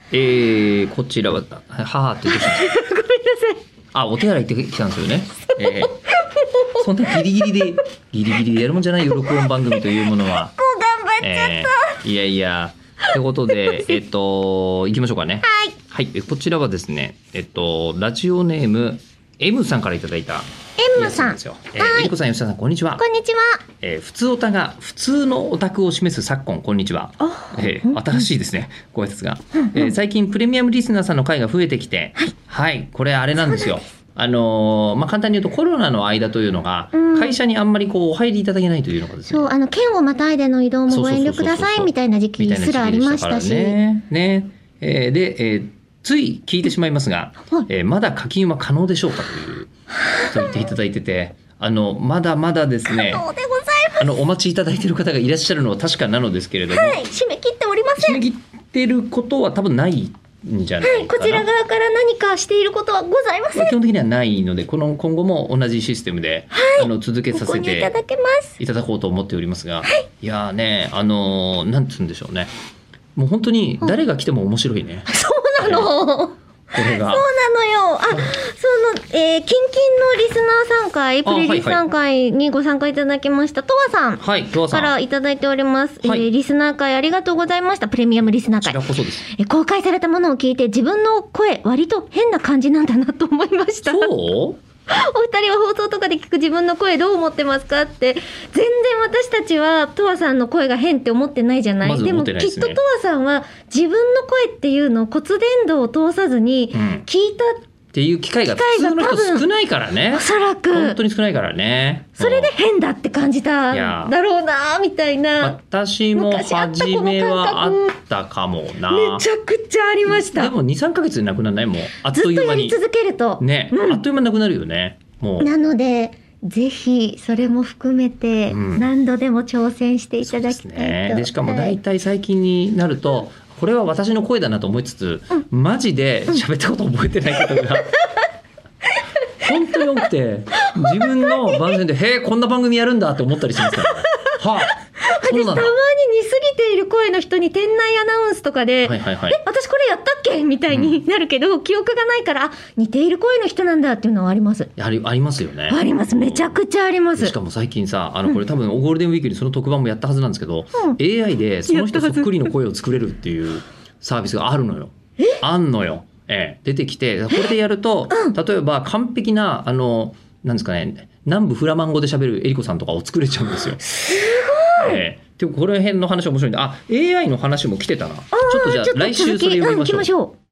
こちらは母ってどうしたんですか。 ごめんなさい。 あ、お手洗い行ってきたんですよね。そんなギリギリでやるもんじゃないよ、録音番組というものは。 こう頑張っちゃった。 いやいや。ってことで、行きましょうかね。 はい。 はい、こちらはですね、ラジオネーム M さんからいただいた。 M さん。 ですよ。えりこさん、吉田さん、こんにちは。 こんにちは。 普通オタが普通のオタクを示す昨今、こんにちは。新しいですね、ご挨拶が。最近プレミアムリスナーさんの回が増えてきて、はい、これあれなんですよ。簡単に言うとコロナの間というのが、会社にあんまりこうお入りいただけないというのがですね。 そう、県をまたいでの移動もご遠慮くださいみたいな時期すらありましたし。 で、つい聞いてしまいますが、まだ課金は可能でしょうかというと言っていただいてて、まだまだですね。 可能でございます。 お待ちいただいている方がいらっしゃるのは確かなのですけれども、 はい、締め切っておりません。 締め切ってることは多分ないんじゃないかな。 はい、こちら側から何かしていることはございません。 基本的にはないので、今後も同じシステムで、続けさせていただけます。 いただこうと思っておりますが、いやーね、なんつうんでしょうね。もう本当に誰が来ても面白いね。 そうなの。 これが。 そうなのよ。キンキンのリスナー参会、プレリス参会にご参加いただきましたとわさんからいただいております。リスナー会ありがとうございました。プレミアムリスナー会。 こちらこそです。 公開されたものを聞いて自分の声割と変な感じなんだなと思いました。 そう？ お二人は放送とかで聞く自分の声どう思ってますかって。全然私たちはとわさんの声が変って思ってないじゃない。でもきっととわさんは自分の声っていうのを骨伝導を通さずに聞いたっていう機会が普通の人少ないからね。 おそらく本当に少ないからね。 それで変だって感じたんだろうなみたいな。 私も初めはあったかもな。 めちゃくちゃありました。 でも 2,3 ヶ月でなくならない？もうあっという間にずっとやり続けるとね、あっという間になくなるよね。もうなのでぜひそれも含めて何度でも挑戦していただきたいと。 でしかも大体最近になると、これは私の声だなと思いつつ、マジで喋ったこと覚えてないことが本当に多くて、自分の番宣でへえこんな番組やるんだって思ったりしますからね。はあ、 私たまに似すぎている声の人に店内アナウンスとかで、私これやったっけみたいになるけど、記憶がないから似ている声の人なんだっていうのはあります。 ありますよね。 あります。めちゃくちゃあります。 しかも最近さ、これ多分ゴールデンウィークにその特番もやったはずなんですけど、AI でその人そっくりの声を作れるっていうサービスがあるのよ。あんのよ。出てきて、これでやると、例えば完璧ななんですかね、南部フラマン語で喋るえりこさんとかを作れちゃうんですよ。 すごい。 でこの辺の話面白いんで、AI の話も来てたな。ちょっとじゃあ来週それ読みましょう。